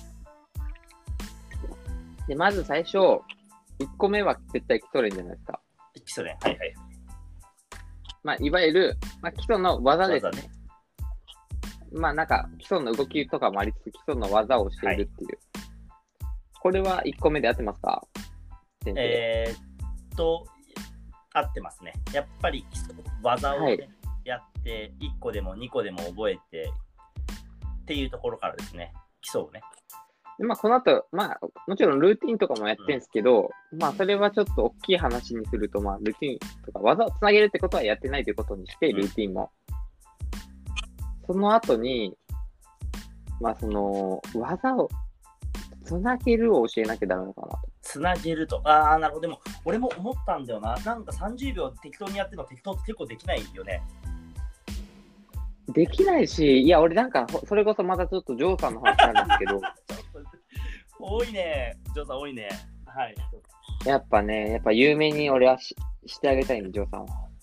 で、まず最初、いっこめは絶対基礎練じゃないですか。 基礎ね。はいはい。 まあ、いわゆる、まあ、基礎の技ですね。 技ねまあ、なんか、基礎の動きとかもありつつ、基礎の技を教えるっていう。はい、これはいっこめで合ってますか？先生。 えー、っと、合ってますね。やっぱり基礎技を、ねはい、やって、いっこでもにこでも覚えてっていうところからですね。基礎をね。 でまあ、この後、まあ、もちろんルーティンとかもやってるんですけど、うん、まあ、それはちょっと大きい話にすると、まあ、ルーティンとか技をつなげるってことはやってないということにして、ルーティンも。うん、その後に、まあ、その、技をつなげるを教えなきゃダメなのかなと。 つなげると。ああ、なるほど。でも、俺も思ったんだよな。なんかさんじゅうびょう適当にやってるの適当って結構できないよね。 できないし、いや、俺なんか、それこそまたちょっとジョーさんの話なんですけど。 多いね。ジョーさん多いね。はい。 やっぱね、やっぱ有名に俺は し, してあげたいんで、ジョーさん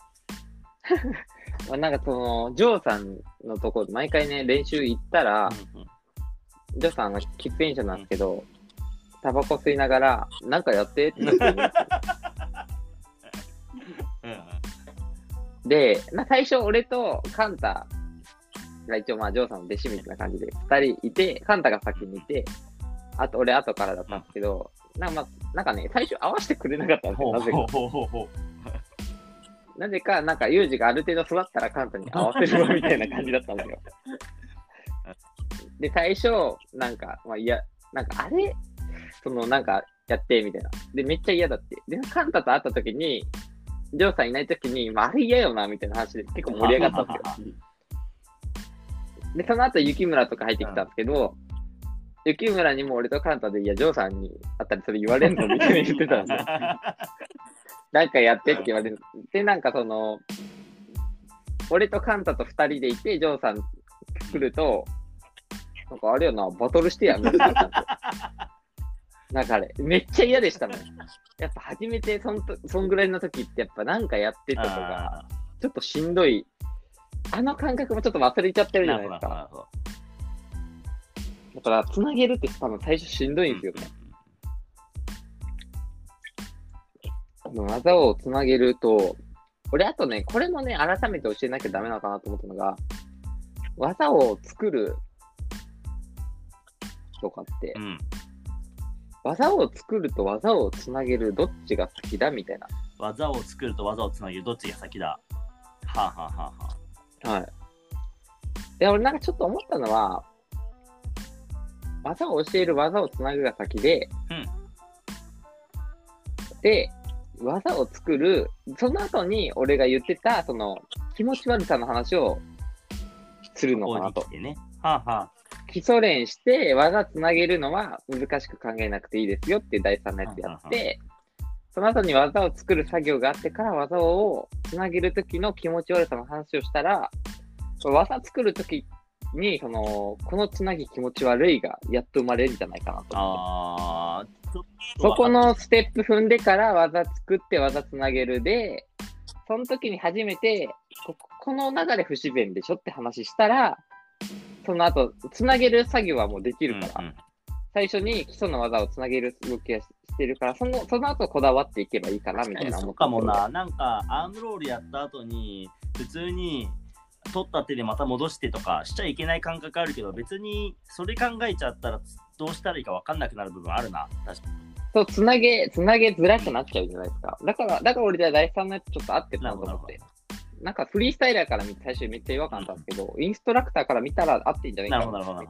は。なんかその、ジョーさんのところ、毎回ね、練習行ったら、うんうん、ジョーさんが喫煙者なんですけど、タバコ吸いながら、なんかやってって言ってるんですよ。で、まあ、最初俺とカンタが一応まあジョーさんの弟子みたいな感じでふたりいて、カンタが先にいて、あと俺後からだったんですけど、なんかまあ、なんかね、最初合わせてくれなかったんですよ、なぜか。なぜか、なんかユージがある程度育ったらカンタに合わせるわみたいな感じだったんですよ。で、最初、なんか、まあいや、なんかあれそのなんかやってみたいな。で、めっちゃ嫌だって。で、カンタと会った時に、ジョーさんいない時に、まあ、あれ嫌よなみたいな話で結構盛り上がったんですよ。で、その後雪村とか入ってきたんですけど、うん、雪村にも俺とカンタで、いや、ジョーさんに会ったりそれ言われんのみたいな言ってたんですよ。なんかやってって言われる。で、なんかその、俺とカンタと二人でいて、ジョーさん来ると、なんかあれよな、バトルしてやんみたいな。なんかあれ、めっちゃ嫌でしたもん。やっぱ初めてそんと、そんぐらいの時ってやっぱなんかやってたとか、ちょっとしんどい。あの感覚もちょっと忘れちゃってるじゃないですか。だから、つなげるって多分最初しんどいんですよね。うん、技をつなげると、俺あとね、これもね、改めて教えなきゃダメなのかなと思ったのが、技を作るとかって、うん、技を作ると技をつなげるどっちが先だみたいな。 技を作ると技をつなげるどっちが先だ。はあ、はあはあはあ、はい。いや、俺なんかちょっと思ったのは、技を教える技をつなぐが先で、うん、で、技を作る、その後に俺が言ってた、その気持ち悪さの話をするのかなと。 ね、はあはあ、 基礎練して技つなげるのは難しく考えなくていいですよっていうだいさんのやつやって、その後に技を作る作業があってから技をつなげるときの気持ち悪さの話をしたら、技作るときにそのこのつなぎ気持ち悪いがやっと生まれるんじゃないかなと思って。あそこのステップ踏んでから技作って技つなげるで、その時に初めてここの流れ不自然でしょって話したら、その後つなげる作業はもうできるから、うんうん、最初に基礎の技をつなげる動きがしてるから、そのその後こだわっていけばいいかなみたいな思った。 そうかもな。なんかアームロールやった後に普通に取った手でまた戻してとかしちゃいけない感覚あるけど、別にそれ考えちゃったらどうしたらいいか分かんなくなる部分あるな。確かに。そう、 つなげ、つなげづらくなっちゃうじゃないですか。だから、だから俺じゃあだいさんのやつちょっと合ってるなと思って。なんかフリースタイラーから見て最初めっちゃ違和感あったんですけど、うん、インストラクターから見たら合ってんじゃないかなって思って。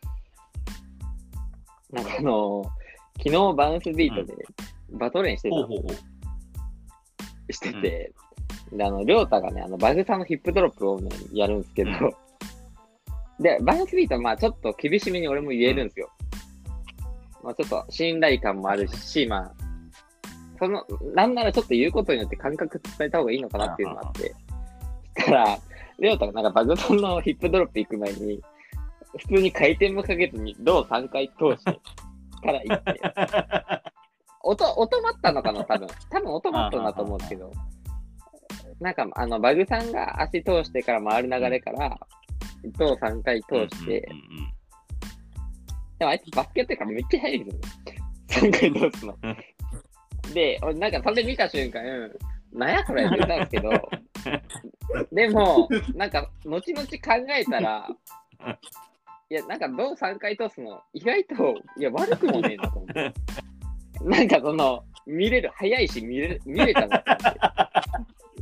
なんかあのー、昨日バウンスビートでバトル練してた、うん、してて、うん、であの、りょうたがね、あの、バグさんのヒップドロップをね、やるんですけど、うん、で、バウンスビートはまあちょっと厳しめに俺も言えるんですよ。うん、まあちょっと信頼感もあるし、まあ、その、なんならちょっと言うことによって感覚伝えた方がいいのかなっていうのがあって。そしたら、レオタがなんかバグソンのヒップドロップ行く前に、 普通に回転もかけずに胴さんかい通してから行って。音、音待ったのかな多分。多分音待ったんだと思うんですけど。なんか、あの、バグさんが足通してから回る流れから、胴さんかい通して、 うんうんうん、 でもあいつバスケットやからめっちゃ速いんですよね。さんかい通すの。で、俺なんかそれ見た瞬間、なんやそれって言ったんですけど、でも、なんか、後々考えたら、いや、なんか、胴さんかい通すの、意外と、いや、悪くもねえなと思って。なんか、その、見れる、早いし、見れる、見れたなと思って。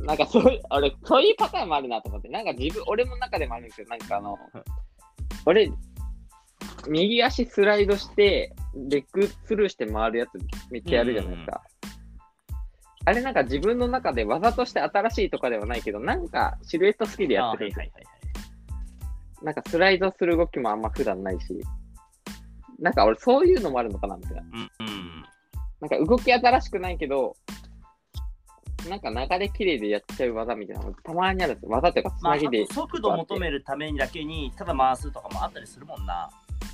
なんか、そういう、俺、そういうパターンもあるなと思って。なんか、自分、俺も中でもあるんですよ。なんか、あの、俺、右足スライドして、レッグスルーして回るやつ、めっちゃやるじゃないですか。あれなんか自分の中で技として新しいとかではないけど、なんかシルエット好きでやってるんですよ。なんかスライドする動きもあんま普段ないし、なんか俺そういうのもあるのかなみたいな。うんうん、なんか動き新しくないけど、なんか流れ綺麗でやっちゃう技みたいなのたまにあるんですよ。技というかつなぎで、 まあ、速度を求めるためにだけにただ回すとかもあったりするもんな。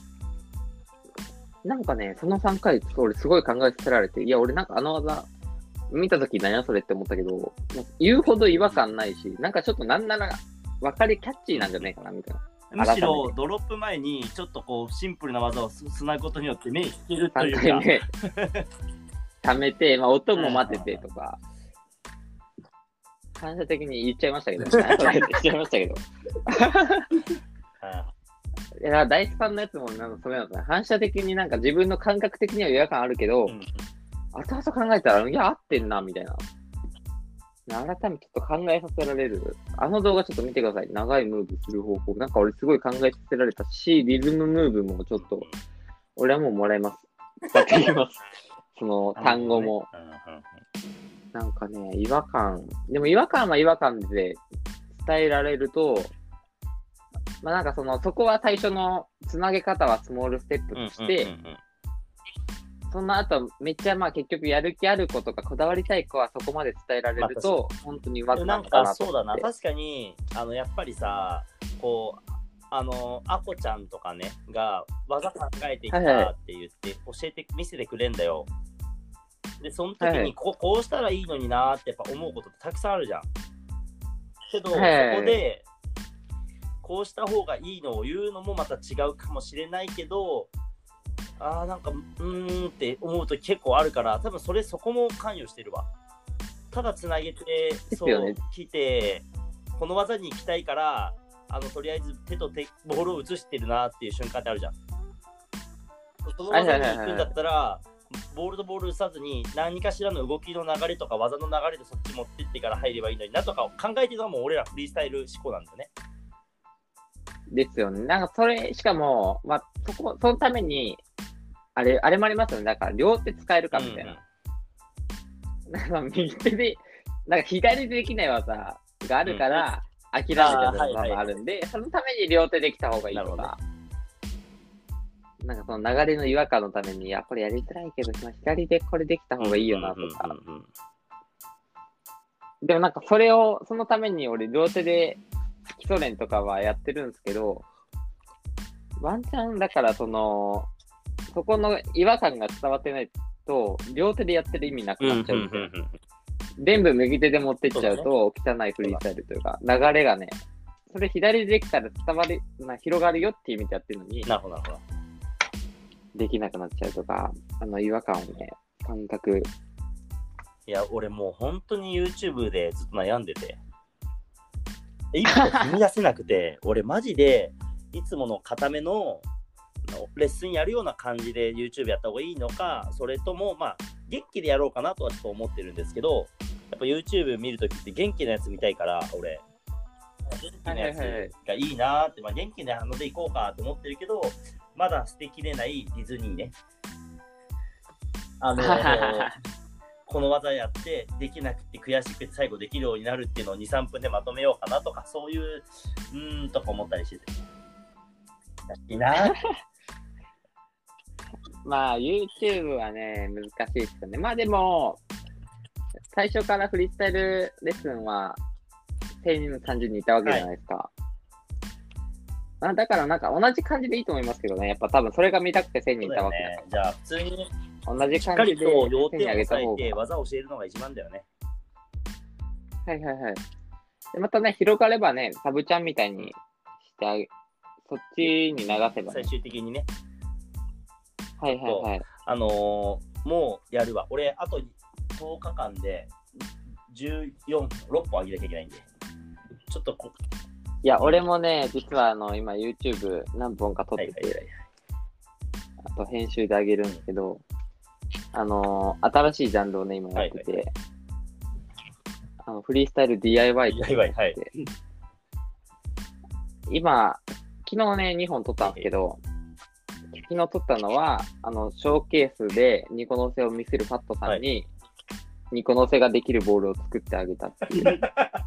なんかね、そのさんかい俺すごい考えさせられて、いや俺なんかあの技、見たとき何やそれって思ったけど、言うほど違和感ないし、なんかちょっとなんなら分かりキャッチーなんじゃないかなみたいな。 むしろドロップ前にちょっとこうシンプルな技をつなぐことによって目引けるというか。さんかいめ溜めて、まあ、音も待ててとか、反射的に言っちゃいましたけど、言っちゃいましたけど。いや、ダイスさんのやつもなんかそれなんですね。反射的になんか自分の感覚的には違和感あるけど、うん、後々考えたら、いや、合ってんな、みたいな。改めてちょっと考えさせられる。あの動画ちょっと見てください。長いムーブする方法。なんか俺すごい考えさせられたし、リズムムーブもちょっと、俺はもうもらいます。使っていきます。その単語も。なんかね、違和感。でも違和感は違和感で伝えられると、まあなんかその、そこは最初のつなげ方はスモールステップとして、うんうんうんうん、その後、めっちゃまあ結局やる気ある子とかこだわりたい子はそこまで伝えられると、まあ、本当にうまくなるかなと思って。 そうだな、確かに、あの、やっぱりさ、こう、あの、あこちゃんとかね、が技考えてきたって言って、教えて、見せてくれんだよ。で、その時にこ、こうしたらいいのになーってやっぱ思うことってたくさんあるじゃん。けど、そこで、こうした方がいいのを言うのもまた違うかもしれないけど、あーなんかうーんって思うと結構あるから、多分それそこも関与してるわ。ただつなげて、そう、来て、この技に行きたいから、あのとりあえず手と手、ボールを移してるなっていう瞬間ってあるじゃん。その技に行くんだったら、ボールとボール移さずに何かしらの動きの流れとか技の流れでそっち持ってってから入ればいいのになとかを考えてるのはもう俺らフリースタイル思考なんだよね。 ですよね。なんかそれ、しかも、まあ、そこ、そのために、あれ、あれもありますよね。だから、両手使えるかみたいな。うん、なんか、右手で、なんか左でできない技があるから、諦めちゃうのがあるんで、はいはい、そのために両手できた方がいいとか。な, なんかその流れの違和感のために、いや、これやりづらいけど、左でこれできた方がいいよなとか。でもなんかそれを、そのために俺両手で、基礎練とかはやってるんですけど、ワンチャンだからその、そこの違和感が伝わってないと、両手でやってる意味なくなっちゃうんですよ。全部右手で持ってっちゃうと、汚いフリースタイルというか、流れがね、それ左でできたら伝わり、な広がるよっていう意味でやってるのに、 なるほどなるほど。 できなくなっちゃうとか、あの違和感をね、感覚。 いや、俺もう本当に YouTube でずっと悩んでて、一歩踏み出せなくて、俺マジでいつもの固めのレッスンやるような感じで YouTube やった方がいいのか、それともまあ元気でやろうかなとはちょっと思ってるんですけど、やっぱ YouTube 見るときって元気なやつ見たいから、俺元気なやつがいいなーって、まあ、元気なのでいこうかと思ってるけど、まだ捨てきれないディズニーね。あのーこの技やってできなくて悔しくて最後できるようになるっていうのをに、さんぷんでまとめようかなとか、そういううーんとか思ったりしてて。いいなまあ YouTube はね、難しいですよね。まあでも、最初からフリースタイルレッスンは、定員のさんじゅうにんいたわけじゃないですか。はい、 あだからなんか同じ感じでいいと思いますけどね。やっぱ多分それが見たくてせんにんいたわけだね。じゃあ普通に同じしっかりと感じで要せんにんあげ点を押さた方が。 えて技を教えるのが一番だよね。 はいはいはい。で、またね、広がればね、サブちゃんみたいにしてあげ、そっちに流せばね。 最終的にね。 はいはいはい。 あのー、もうやるわ。俺、あととおかかんでじゅうよん、ろっぽん上げなきゃいけないんで。ちょっとこいや、俺もね、実はあの、今 YouTube 何本か撮ってて、 はいはいはい、 あと編集であげるんだけど、あのー、新しいジャンルをね、今やってて、はいはい、あのフリースタイル ディーアイワイ ってやってて、はい、今、昨日ね、にほん撮ったんですけど、昨日撮ったのは、あの、ショーケースでニコノセを見せるファットさんに、はい、ニコノセができるボールを作ってあげたっていう。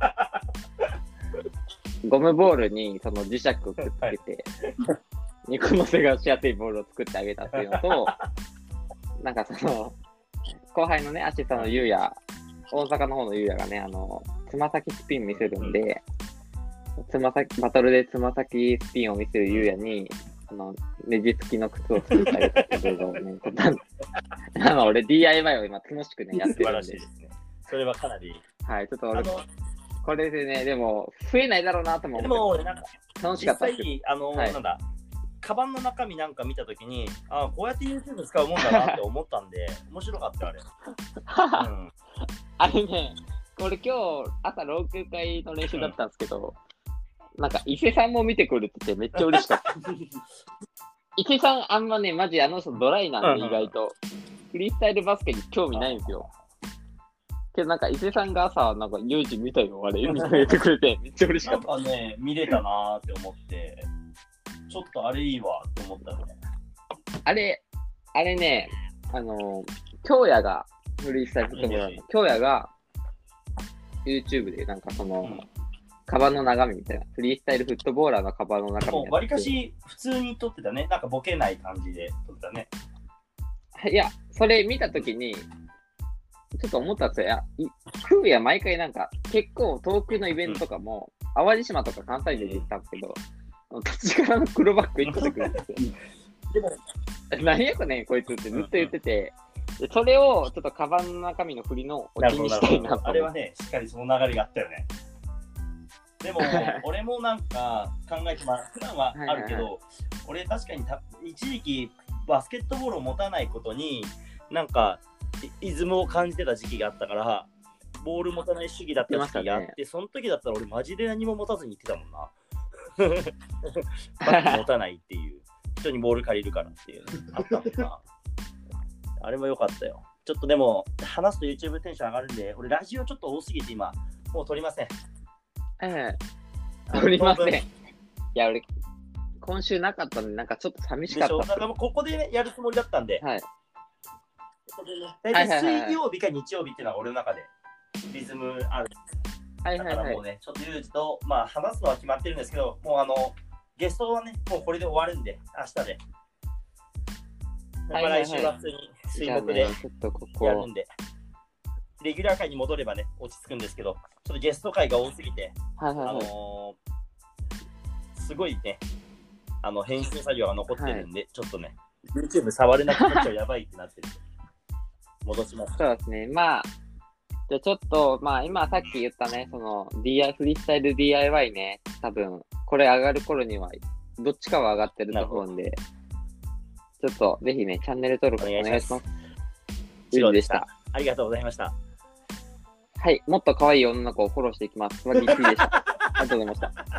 ゴムボールにその磁石をくっつけて、はい、ニコノセがしやすいボールを作ってあげたっていうのと、なんかその、後輩のね、アシスタのゆうや、大阪の方のゆうやがね、あの、つま先スピン見せるんで、つま先、バトルでつま先スピンを見せるゆうやに、あの、ネジ付きの靴を作ってあげたって動画をね、撮ったんで、あの、俺 ディーアイワイ を今楽しくね、やってるんで。素晴らしいですね。 それはかなり。 はい、ちょっと俺、これでね、でも、増えないだろうなと思って。 でも俺なんか、 楽しかったです。 実際、あの、はい、なんだ、カバンの中身なんか見たときに、あこうやって YouTube 使うもんだなって思ったんで、面白かったあれ。 うん、あれね、俺今日朝ローク会の練習だったんですけど、うん、なんか伊勢さんも見てくるって言ってめっちゃ嬉しかった。伊勢さんあんまね、マジあの人ドライなんで意外と。フリースタイルバスケに興味ないんですよ。けどなんか伊勢さんが朝、なんかユージ見たよ、あれ、みたいな言ってくれてめっちゃ嬉しかった。 なんかね、見れたなーって思って、ちょっとあれいいわって思ったね。 あれ、あれね、あの、京也が、フリースタイルフットボールの京也が、YouTube でなんかその、うん、カバンの中身みたいな、フリースタイルフットボーラーのカバンの中身。 わりかし普通に撮ってたね。なんかボケない感じで撮ってたね。 いや、それ見たときに、ちょっと思ったんですよ。いや、空也毎回なんか、結構遠くのイベントとかも、うん、淡路島とか関西で出てたんですけど、立ちからの黒バッグいっこでくるんですよ。でも、何やこねん、こいつってずっと言ってて、でそれをちょっとカバンの中身の振りのオチにしたいなと。 あれはね、しっかりその流れがあったよね。でも、俺もなんか考えて、まあ、普段はあるけど、はいはいはい、俺確かにた一時期バスケットボールを持たないことに、なんか、イズムを感じてた時期があったから、ボール持たない主義だった時期があって、ね、その時だったら俺マジで何も持たずに行ってたもんな。バッグ持たないっていう。人にボール借りるからっていう。あったもんな。あれも良かったよ。ちょっとでも、話すと YouTube テンション上がるんで、俺ラジオちょっと多すぎて今、もう撮りません。 ええ。撮りません。いや、俺、今週なかったんで、なんかちょっと寂しかった。 でしょ。なんかもうここで、ね、やるつもりだったんで。 はい。 大体水曜日か日曜日っていうのが俺の中でリズムある。 はいはいはい。 だからもうね、ちょっとユージと、まあ話すのは決まってるんですけど、もうあの、ゲストはね、もうこれで終わるんで、明日で。まあ来週は普通に水木でやるんで、レギュラー回に戻ればね、落ち着くんですけど、ちょっとゲスト回が多すぎて、 はいはいはい、 あのー、すごいね、あの編集作業が残ってるんで、はい、ちょっとね、YouTube 触れなくなっちゃうやばいってなってる。戻します。 そうですね。まあ、じゃあちょっと、まあ今さっき言ったね、その ディーアイ、フリースタイル ディーアイワイ ね、多分、これ上がる頃には、どっちかは上がってると思うんで、ちょっとぜひね、チャンネル登録お願いします。 以上でした。ありがとうございました。 はい、もっと可愛い女の子をフォローしていきます。スワギーピーでした。ありがとうございました。